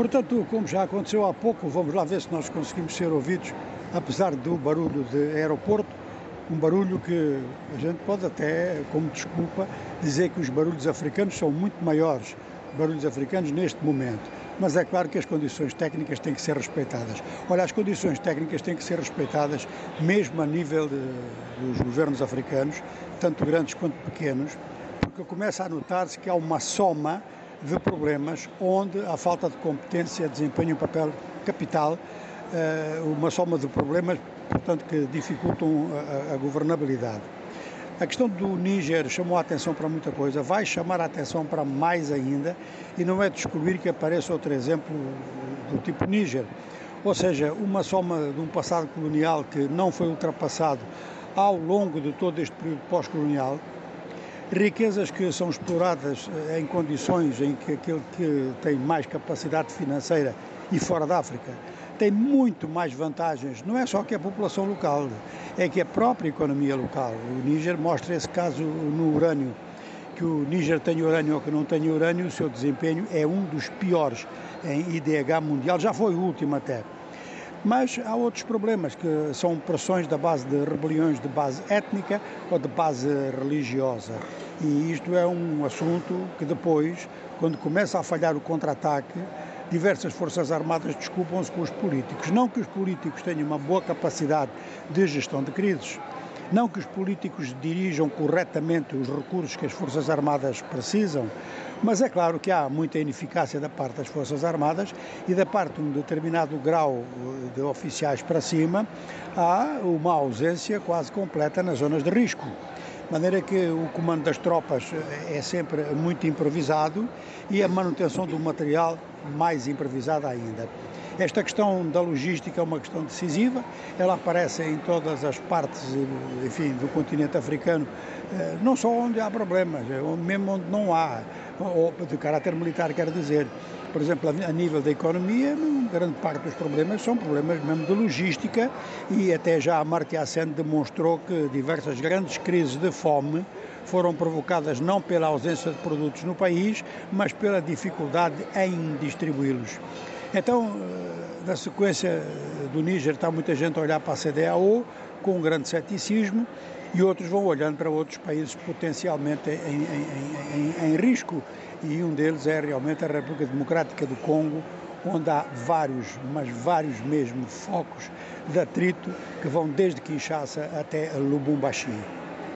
Portanto, como já aconteceu há pouco, vamos lá ver se nós conseguimos ser ouvidos, apesar do barulho de aeroporto, um barulho que a gente pode até, como desculpa, dizer que os barulhos africanos são muito maiores, barulhos africanos neste momento. Mas é claro que as condições técnicas têm que ser respeitadas. Olha, as condições técnicas têm que ser respeitadas mesmo a nível dos governos africanos, tanto grandes quanto pequenos, porque começa a notar-se que há uma soma de problemas onde a falta de competência desempenha um papel capital, uma soma de problemas, portanto, que dificultam a governabilidade. A questão do Níger chamou a atenção para muita coisa, vai chamar a atenção para mais ainda, e não é de excluir que apareça outro exemplo do tipo Níger. Ou seja, uma soma de um passado colonial que não foi ultrapassado ao longo de todo este período pós-colonial, riquezas que são exploradas em condições em que aquele que tem mais capacidade financeira e fora da África tem muito mais vantagens, não é só que a população local, é que a própria economia local. O Níger mostra esse caso no urânio, que o Níger tem urânio ou que não tem urânio, o seu desempenho é um dos piores em IDH mundial, já foi o último até. Mas há outros problemas, que são pressões da base de rebeliões de base étnica ou de base religiosa. E isto é um assunto que depois, quando começa a falhar o contra-ataque, diversas forças armadas desculpam-se com os políticos. Não que os políticos tenham uma boa capacidade de gestão de crises, não que os políticos dirijam corretamente os recursos que as forças armadas precisam, mas é claro que há muita ineficácia da parte das Forças Armadas e da parte de um determinado grau de oficiais para cima, há uma ausência quase completa nas zonas de risco. De maneira que o comando das tropas é sempre muito improvisado e a manutenção do material mais improvisada ainda. Esta questão da logística é uma questão decisiva, ela aparece em todas as partes, enfim, do continente africano, não só onde há problemas, mesmo onde não há, ou de caráter militar, quero dizer. Por exemplo, a nível da economia, grande parte dos problemas são problemas mesmo de logística e até já a Amartya Sen demonstrou que diversas grandes crises de fome foram provocadas não pela ausência de produtos no país, mas pela dificuldade em distribuí-los. Então, na sequência do Níger, está muita gente a olhar para a CEDEAO com um grande ceticismo e outros vão olhando para outros países potencialmente em risco, e um deles é realmente a República Democrática do Congo, onde há vários, mas vários mesmo, focos de atrito que vão desde Kinshasa até Lubumbashi.